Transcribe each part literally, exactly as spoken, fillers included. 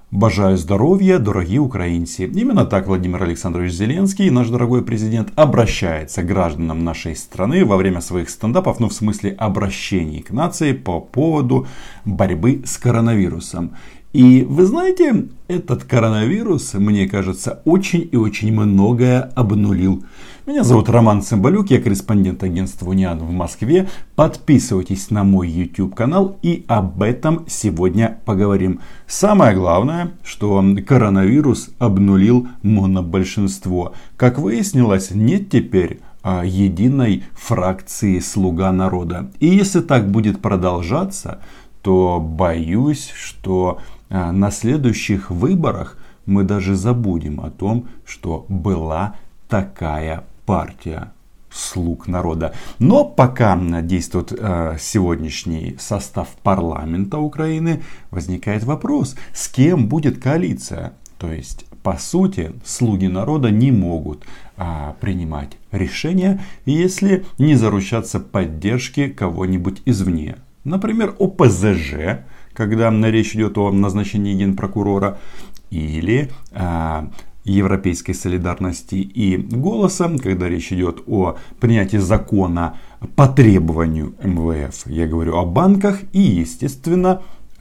Бажаю здоровья, дорогие украинцы. Именно так Владимир Александрович Зеленский, наш дорогой президент, обращается к гражданам нашей страны во время своих стендапов, ну в смысле обращений к нации по поводу борьбы с коронавирусом. И вы знаете, этот коронавирус, мне кажется, очень и очень многое обнулил. Меня зовут Роман Цымбалюк, я корреспондент агентства Униан в Москве. Подписывайтесь на мой YouTube канал и об этом сегодня поговорим. Самое главное, что коронавирус обнулил монобольшинство. Как выяснилось, нет теперь единой фракции «Слуга народа». И если так будет продолжаться, то боюсь, что на следующих выборах мы даже забудем о том, что была такая партия «Слуг народа». Но пока действует э, сегодняшний состав парламента Украины, возникает вопрос, с кем будет коалиция. То есть, по сути, слуги народа не могут э, принимать решения, если не заручаться поддержки кого-нибудь извне. Например, о пэ зэ жэ, когда речь идет о назначении генпрокурора, или э, Европейской солидарности и Голоса, когда речь идет о принятии закона по требованию эм вэ эф. Я говорю о банках и, естественно,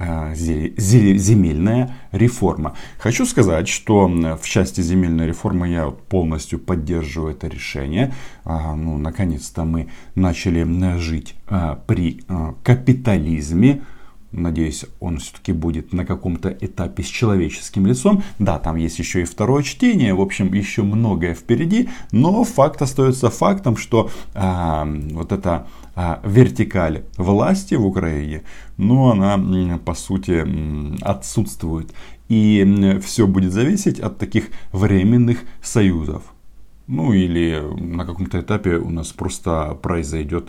земельная реформа. Хочу сказать, что в части земельной реформы я полностью поддерживаю это решение. Ну, наконец-то мы начали жить при капитализме. Надеюсь, он все-таки будет на каком-то этапе с человеческим лицом. Да, там есть еще и второе чтение. В общем, еще многое впереди. Но факт остается фактом, что а, вот эта а, вертикаль власти в Украине, ну, она, по сути, отсутствует. И все будет зависеть от таких временных союзов. Ну, или на каком-то этапе у нас просто произойдет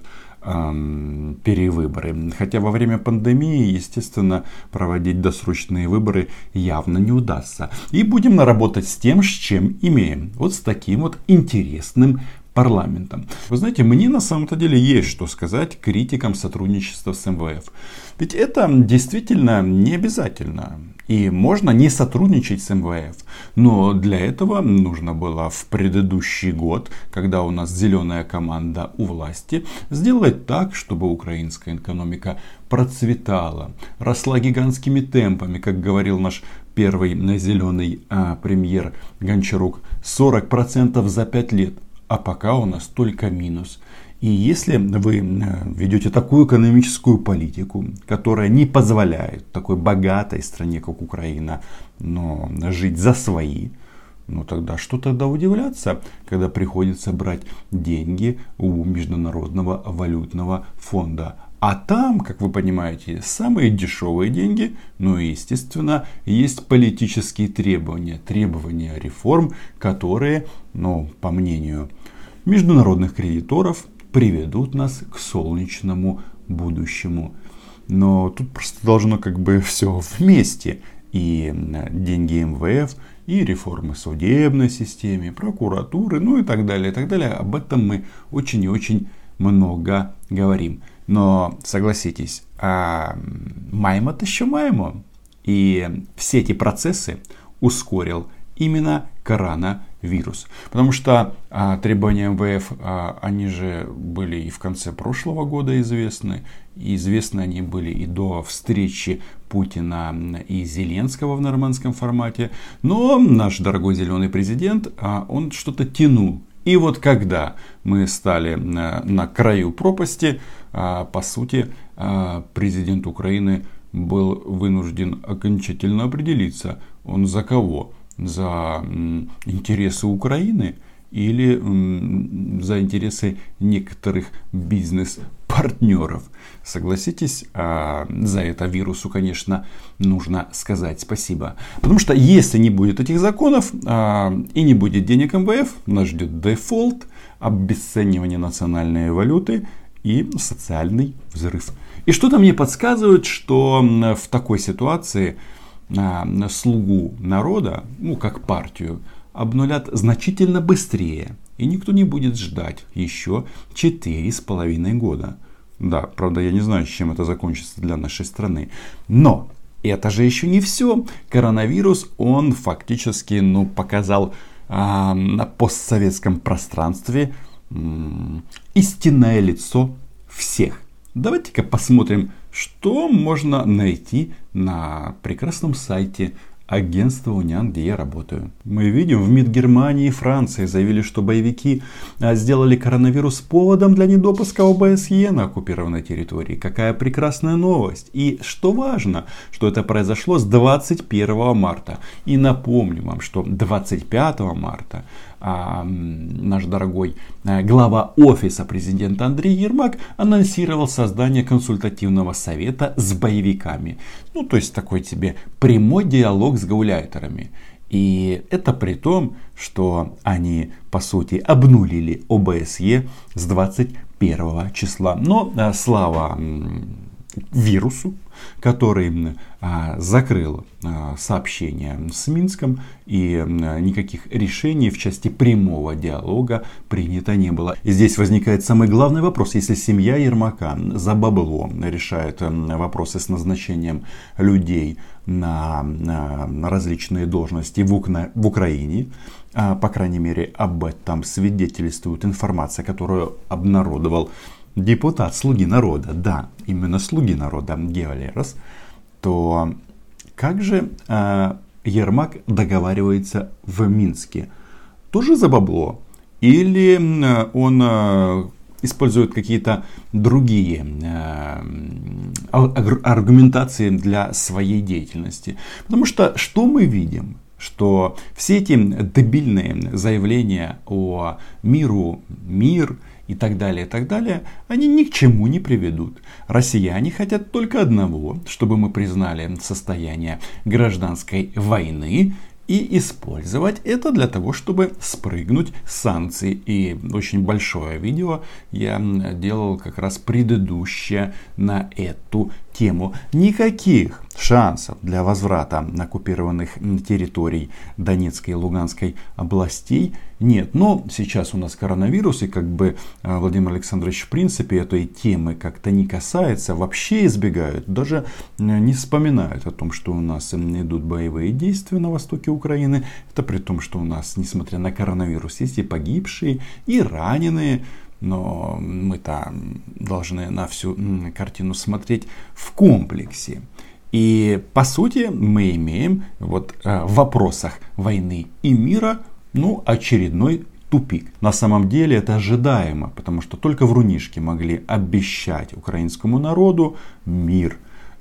перевыборы. Хотя во время пандемии, естественно, проводить досрочные выборы явно не удастся. И будем работать с тем, с чем имеем. Вот с таким вот интересным парламентом. Вы знаете, мне на самом-то деле есть что сказать критикам сотрудничества с эм вэ эф. Ведь это действительно не обязательно. И можно не сотрудничать с эм вэ эф. Но для этого нужно было в предыдущий год, когда у нас зеленая команда у власти, сделать так, чтобы украинская экономика процветала, росла гигантскими темпами, как говорил наш первый зеленый а, премьер Гончарук, сорок процентов за пять лет. А пока у нас только минус. И если вы ведете такую экономическую политику, которая не позволяет такой богатой стране, как Украина, но жить за свои, ну тогда что тогда удивляться, когда приходится брать деньги у Международного валютного фонда. А там, как вы понимаете, самые дешевые деньги, ну и, естественно, есть политические требования, требования реформ, которые, ну, по мнению международных кредиторов, приведут нас к солнечному будущему. Но тут просто должно как бы все вместе. И деньги эм вэ эф, и реформы судебной системы, прокуратуры, ну и так далее, и так далее. Об этом мы очень и очень много говорим. Но согласитесь, а маємо-то що маємо. И все эти процессы ускорил именно коронавирус. Потому что а, требования эм вэ эф, а, они же были и в конце прошлого года известны. И известны они были и до встречи Путина и Зеленского в нормандском формате. Но наш дорогой зеленый президент, а, он что-то тянул. И вот когда мы стали на, на краю пропасти, а, по сути, а, президент Украины был вынужден окончательно определиться, он за кого? За м, интересы Украины или м, за интересы некоторых бизнес-партнеров. Согласитесь, а, за это вирусу, конечно, нужно сказать спасибо. Потому что если не будет этих законов а, и не будет денег эм вэ эф, нас ждет дефолт, обесценивание национальной валюты и социальный взрыв. И что-то мне подсказывает, что в такой ситуации а, слугу народа, ну как партию, обнулят значительно быстрее. И никто не будет ждать еще четыре с половиной года. Да, правда, я не знаю, чем это закончится для нашей страны. Но это же еще не все. Коронавирус, он фактически ну, показал а, на постсоветском пространстве м, истинное лицо всех. Давайте-ка посмотрим, что можно найти на прекрасном сайте агентства Униан, где я работаю. Мы видим, в МИД Германии и Франции заявили, что боевики сделали коронавирус поводом для недопуска ОБСЕ на оккупированной территории. Какая прекрасная новость. И что важно, что это произошло с двадцать первого марта. И напомню вам, что двадцать пятого марта а, наш дорогой а, глава офиса президента Андрей Ермак анонсировал создание консультативного совета с боевиками. Ну, то есть такой тебе прямой диалог с гауляйтерами. И это при том, что они, по сути, обнулили ОБСЕ с двадцать первого числа. Но а, слава м, вирусу, который а, закрыл а, сообщение с Минском, и а, никаких решений в части прямого диалога принято не было. И здесь возникает самый главный вопрос. Если семья Ермака за бабло решает а, вопросы с назначением людей на, на, на различные должности в, Укра... в Украине, а, по крайней мере об этом свидетельствует информация, которую обнародовал депутат «Слуги народа», да, именно «Слуги народа» Гео Лерос, то как же э, Ермак договаривается в Минске? Тоже за бабло? Или э, он э, использует какие-то другие э, аргументации для своей деятельности? Потому что что мы видим? Что все эти дебильные заявления о миру, мир и так далее, и так далее, они ни к чему не приведут. Россияне хотят только одного, чтобы мы признали состояние гражданской войны и использовать это для того, чтобы спрыгнуть с санкций. И очень большое видео я делал как раз предыдущее на эту тему. Никаких шансов для возврата оккупированных территорий Донецкой и Луганской областей нет. Но сейчас у нас коронавирус, и как бы Владимир Александрович в принципе этой темы как-то не касается, вообще избегают, даже не вспоминают о том, что у нас идут боевые действия на востоке Украины. Это при том, что у нас, несмотря на коронавирус, есть и погибшие, и раненые. Но мы-то должны на всю картину смотреть в комплексе. И по сути мы имеем вот в вопросах войны и мира ну, очередной тупик. На самом деле это ожидаемо, потому что только врунишки могли обещать украинскому народу мир.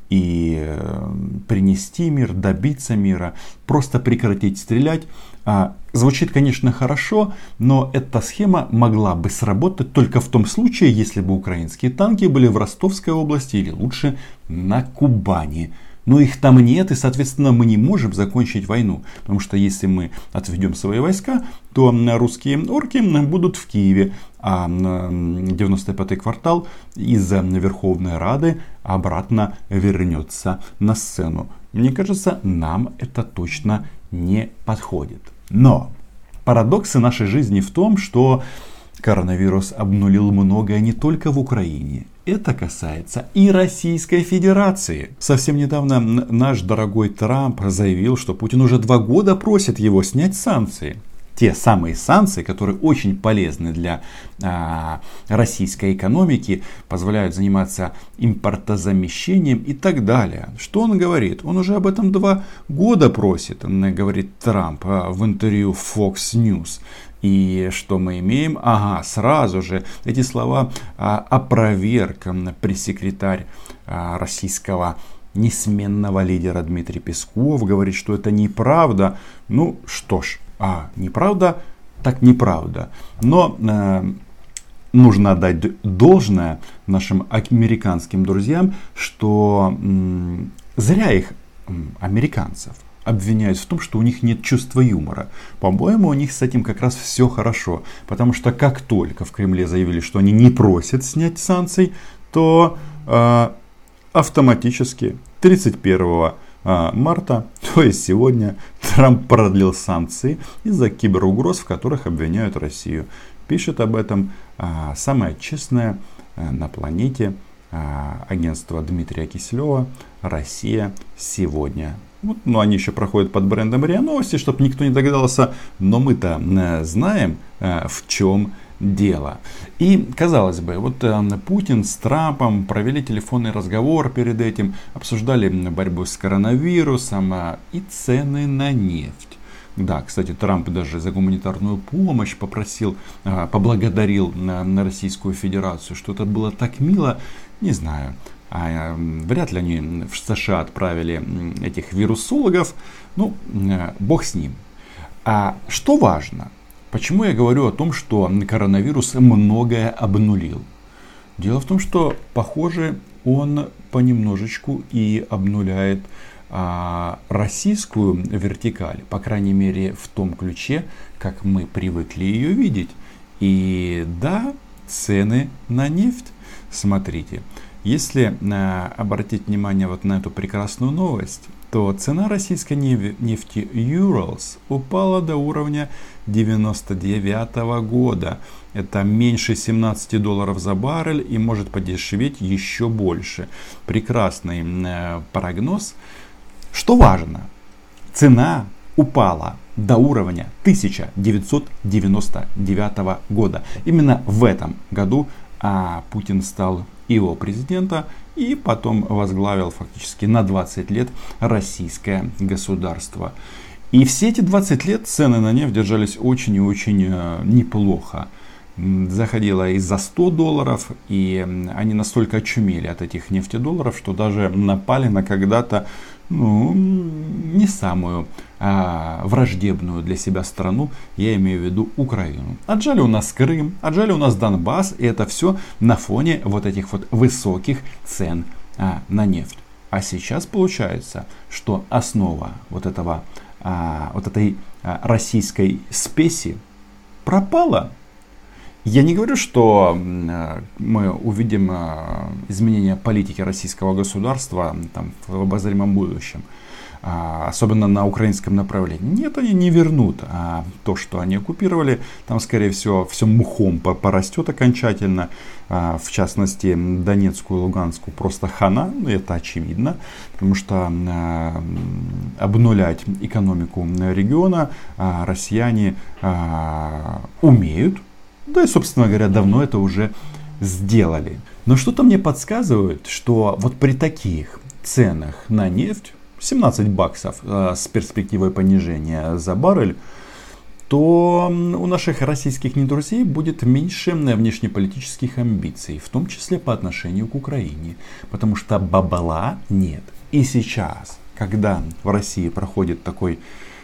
И принести мир, добиться мира, просто прекратить стрелять. Звучит, конечно, хорошо, но эта схема могла бы сработать только в том случае, если бы украинские танки были в Ростовской области или лучше на Кубани. Но их там нет, и, соответственно, мы не можем закончить войну. Потому что если мы отведем свои войска, то русские орки будут в Киеве, а девяносто пятый квартал из-за Верховной Рады обратно вернется на сцену. Мне кажется, нам это точно не подходит. Но парадоксы нашей жизни в том, что коронавирус обнулил многое не только в Украине. Это касается и Российской Федерации. Совсем недавно наш дорогой Трамп заявил, что Путин уже два года просит его снять санкции. Те самые санкции, которые очень полезны для а, российской экономики, позволяют заниматься импортозамещением и так далее. Что он говорит? Он уже об этом два года просит, говорит Трамп в интервью Fox News. И что мы имеем? Ага, сразу же эти слова а, опроверг пресс-секретарь а, российского несменного лидера Дмитрий Песков. Говорит, что это неправда. Ну что ж, а неправда, так неправда. Но э, нужно отдать должное нашим американским друзьям, что э, зря их, э, американцев, обвиняют в том, что у них нет чувства юмора. По-моему, у них с этим как раз все хорошо. Потому что как только в Кремле заявили, что они не просят снять санкций, то э, автоматически тридцать первого марта, то есть сегодня, Трамп продлил санкции из-за киберугроз, в которых обвиняют Россию. Пишет об этом а, самая честная а, на планете агентство Дмитрия Киселева «Россия сегодня». Вот, ну, они еще проходят под брендом РИА Новости, чтобы никто не догадался, но мы-то знаем, в чем дело. И, казалось бы, вот Путин с Трампом провели телефонный разговор перед этим, обсуждали борьбу с коронавирусом и цены на нефть. Да, кстати, Трамп даже за гуманитарную помощь попросил, поблагодарил на Российскую Федерацию, что это было так мило, не знаю. А вряд ли они в США отправили этих вирусологов, ну, бог с ним. А что важно? Почему я говорю о том, что коронавирус многое обнулил? Дело в том, что, похоже, он понемножечку и обнуляет а, российскую вертикаль, по крайней мере в том ключе, как мы привыкли ее видеть. И да, цены на нефть, смотрите, если а, обратить внимание вот на эту прекрасную новость, то цена российской нефти Urals упала до уровня девяносто девятого года. Это меньше семнадцати долларов за баррель и может подешеветь еще больше. Прекрасный э, прогноз. Что важно, цена упала до уровня тысяча девятьсот девяносто девятого года. Именно в этом году а, Путин стал его президента и потом возглавил фактически на двадцать лет российское государство. И все эти двадцать лет цены на нефть держались очень и очень э, неплохо. Заходила и за сто долларов, и они настолько очумели от этих нефтедолларов, что даже напали на когда-то ну, не самую а, враждебную для себя страну, я имею в виду Украину. Отжали у нас Крым, отжали у нас Донбасс, и это все на фоне вот этих вот высоких цен а, на нефть. А сейчас получается, что основа вот этого, а, вот этой а, российской спеси пропала. Я не говорю, что мы увидим изменение политики российского государства там, в обозримом будущем, особенно на украинском направлении. Нет, они не вернут а то, что они оккупировали. Там, скорее всего, все мухом порастет окончательно. В частности, Донецкую и Луганскую просто хана, это очевидно, потому что обнулять экономику региона россияне умеют. Да и, собственно говоря, давно это уже сделали. Но что-то мне подсказывает, что вот при таких ценах на нефть, семнадцать баксов э, с перспективой понижения за баррель, то у наших российских недрузей будет меньше внешнеполитических амбиций, в том числе по отношению к Украине. Потому что бабла нет. И сейчас, когда в России проходит такой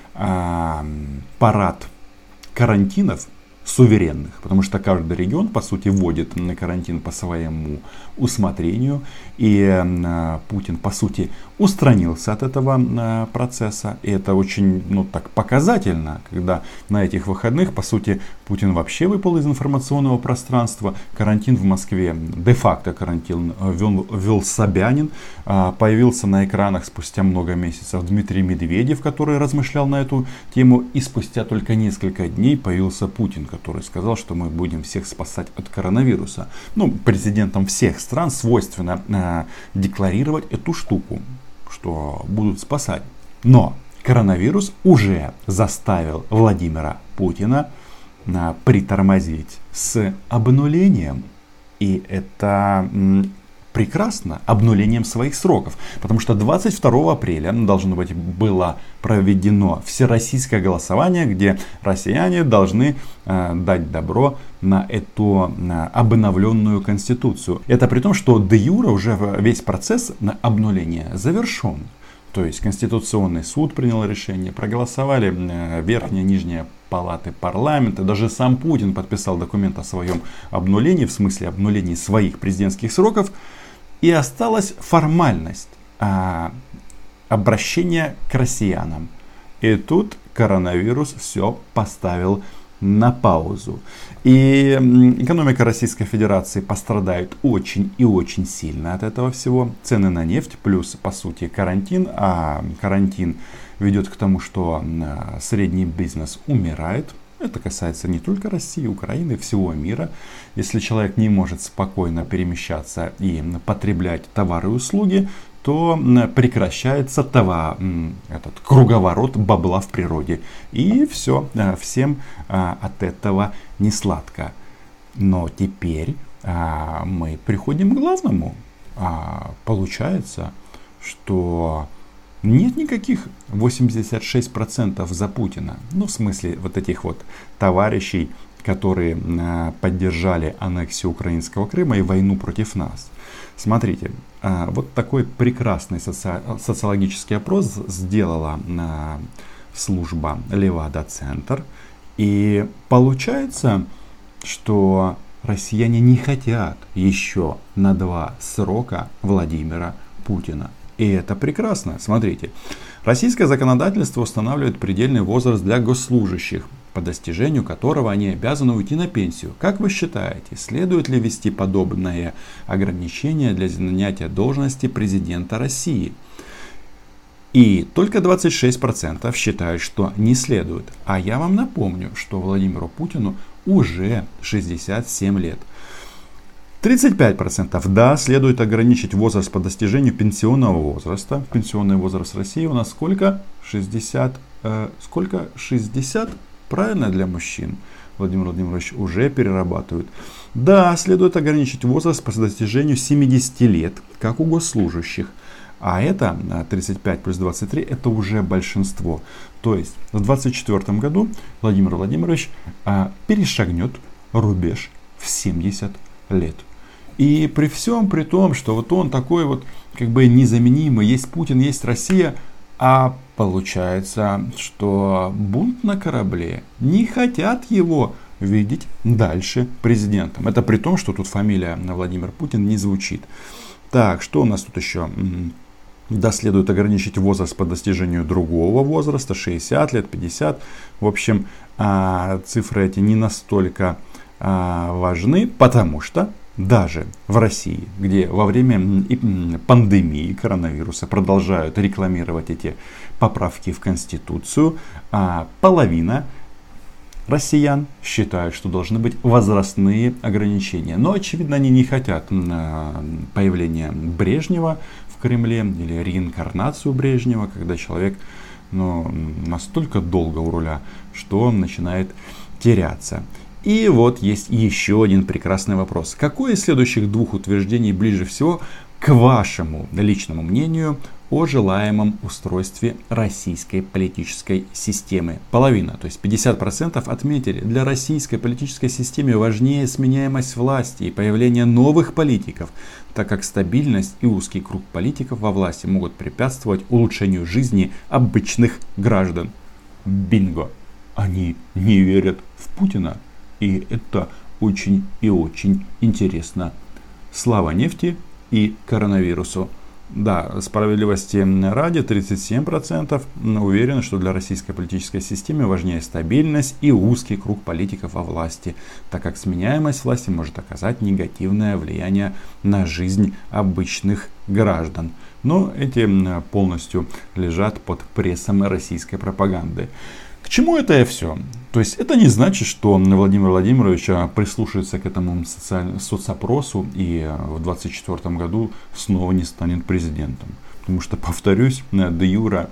э, парад карантинов, суверенных, потому что каждый регион, по сути, вводит на карантин по своему усмотрению, и э, Путин, по сути, устранился от этого э, процесса, и это очень, ну, так показательно, когда на этих выходных, по сути, Путин вообще выпал из информационного пространства, карантин в Москве, де-факто карантин вел, вел Собянин, э, появился на экранах спустя много месяцев Дмитрий Медведев, который размышлял на эту тему, и спустя только несколько дней появился Путин, который сказал, что мы будем всех спасать от коронавируса. Ну, президентам всех стран свойственно э, декларировать эту штуку, что будут спасать. Но коронавирус уже заставил Владимира Путина э, притормозить с обнулением. И это м, прекрасно, обнулением своих сроков. Потому что двадцать второго апреля должно быть было проведено всероссийское голосование, где россияне должны э, дать добро на эту э, обновленную конституцию. Это при том, что де юре уже весь процесс на обнуление завершен. То есть Конституционный суд принял решение, проголосовали э, верхняя и нижняя палаты парламента, даже сам Путин подписал документ о своем обнулении, в смысле обнулении своих президентских сроков. И осталась формальность а, обращения к россиянам. И тут коронавирус все поставил на паузу. И экономика Российской Федерации пострадает очень и очень сильно от этого всего. Цены на нефть плюс, по сути, карантин. А карантин ведет к тому, что средний бизнес умирает. Это касается не только России, Украины, всего мира. Если человек не может спокойно перемещаться и потреблять товары и услуги, то прекращается товар, этот круговорот бабла в природе. И все, всем от этого не сладко. Но теперь мы приходим к главному. Получается, что нет никаких восемьдесят шесть процентов за Путина. Ну, в смысле, вот этих вот товарищей, которые поддержали аннексию украинского Крыма и войну против нас. Смотрите, вот такой прекрасный соци... социологический опрос сделала служба Левада-Центр. И получается, что россияне не хотят еще на два срока Владимира Путина. И это прекрасно. Смотрите, российское законодательство устанавливает предельный возраст для госслужащих, по достижению которого они обязаны уйти на пенсию. Как вы считаете, следует ли ввести подобное ограничение для занятия должности президента России? И только двадцать шесть процентов считают, что не следует. А я вам напомню, что Владимиру Путину уже шестьдесят семь лет. тридцать пять процентов да, следует ограничить возраст по достижению пенсионного возраста. Пенсионный возраст России у нас сколько? шестьдесят. Э, сколько? шестьдесят? Правильно, для мужчин. Владимир Владимирович уже перерабатывает. Да, следует ограничить возраст по достижению семидесяти лет, как у госслужащих. А это тридцать пять плюс двадцать три, это уже большинство. То есть в двадцать четвёртом году Владимир Владимирович а, перешагнет рубеж в семьдесят лет. И при всем при том, что вот он такой вот как бы незаменимый, есть Путин, есть Россия, а получается, что бунт на корабле не хотят его видеть дальше президентом. Это при том, что тут фамилия Владимир Путин не звучит. Так, что у нас тут еще? Да, следует ограничить возраст по достижению другого возраста, шестьдесят лет, пятьдесят. В общем, цифры эти не настолько важны, потому что даже в России, где во время пандемии коронавируса продолжают рекламировать эти поправки в Конституцию, половина россиян считают, что должны быть возрастные ограничения. Но, очевидно, они не хотят появления Брежнева в Кремле или реинкарнацию Брежнева, когда человек ну, настолько долго у руля, что он начинает теряться. И вот есть еще один прекрасный вопрос. Какое из следующих двух утверждений ближе всего к вашему личному мнению о желаемом устройстве российской политической системы? Половина, то есть пятьдесят процентов отметили, для российской политической системы важнее сменяемость власти и появление новых политиков, так как стабильность и узкий круг политиков во власти могут препятствовать улучшению жизни обычных граждан. Бинго! Они не верят в Путина. И это очень и очень интересно. Слава нефти и коронавирусу. Да, справедливости ради, тридцать семь процентов уверены, что для российской политической системы важнее стабильность и узкий круг политиков во власти, так как сменяемость власти может оказать негативное влияние на жизнь обычных граждан. Но эти полностью лежат под прессом российской пропаганды. К чему это и все? То есть это не значит, что Владимир Владимирович прислушается к этому социаль... соцопросу и в двадцать четвёртом году снова не станет президентом. Потому что, повторюсь, де юре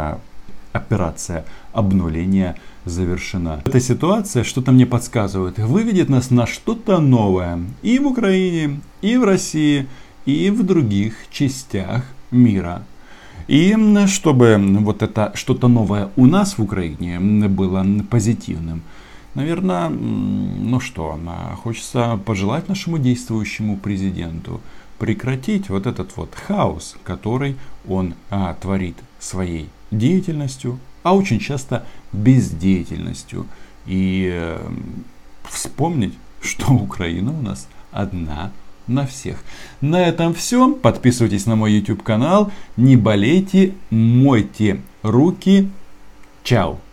операция обнуления завершена. Эта ситуация, что-то мне подсказывает, выведет нас на что-то новое и в Украине, и в России, и в других частях мира. И чтобы вот это что-то новое у нас в Украине было позитивным, наверное, ну что, хочется пожелать нашему действующему президенту прекратить вот этот вот хаос, который он а, творит своей деятельностью, а очень часто бездеятельностью. И э, вспомнить, что Украина у нас одна на всех. На этом все. Подписывайтесь на мой YouTube канал. Не болейте, мойте руки. Чао.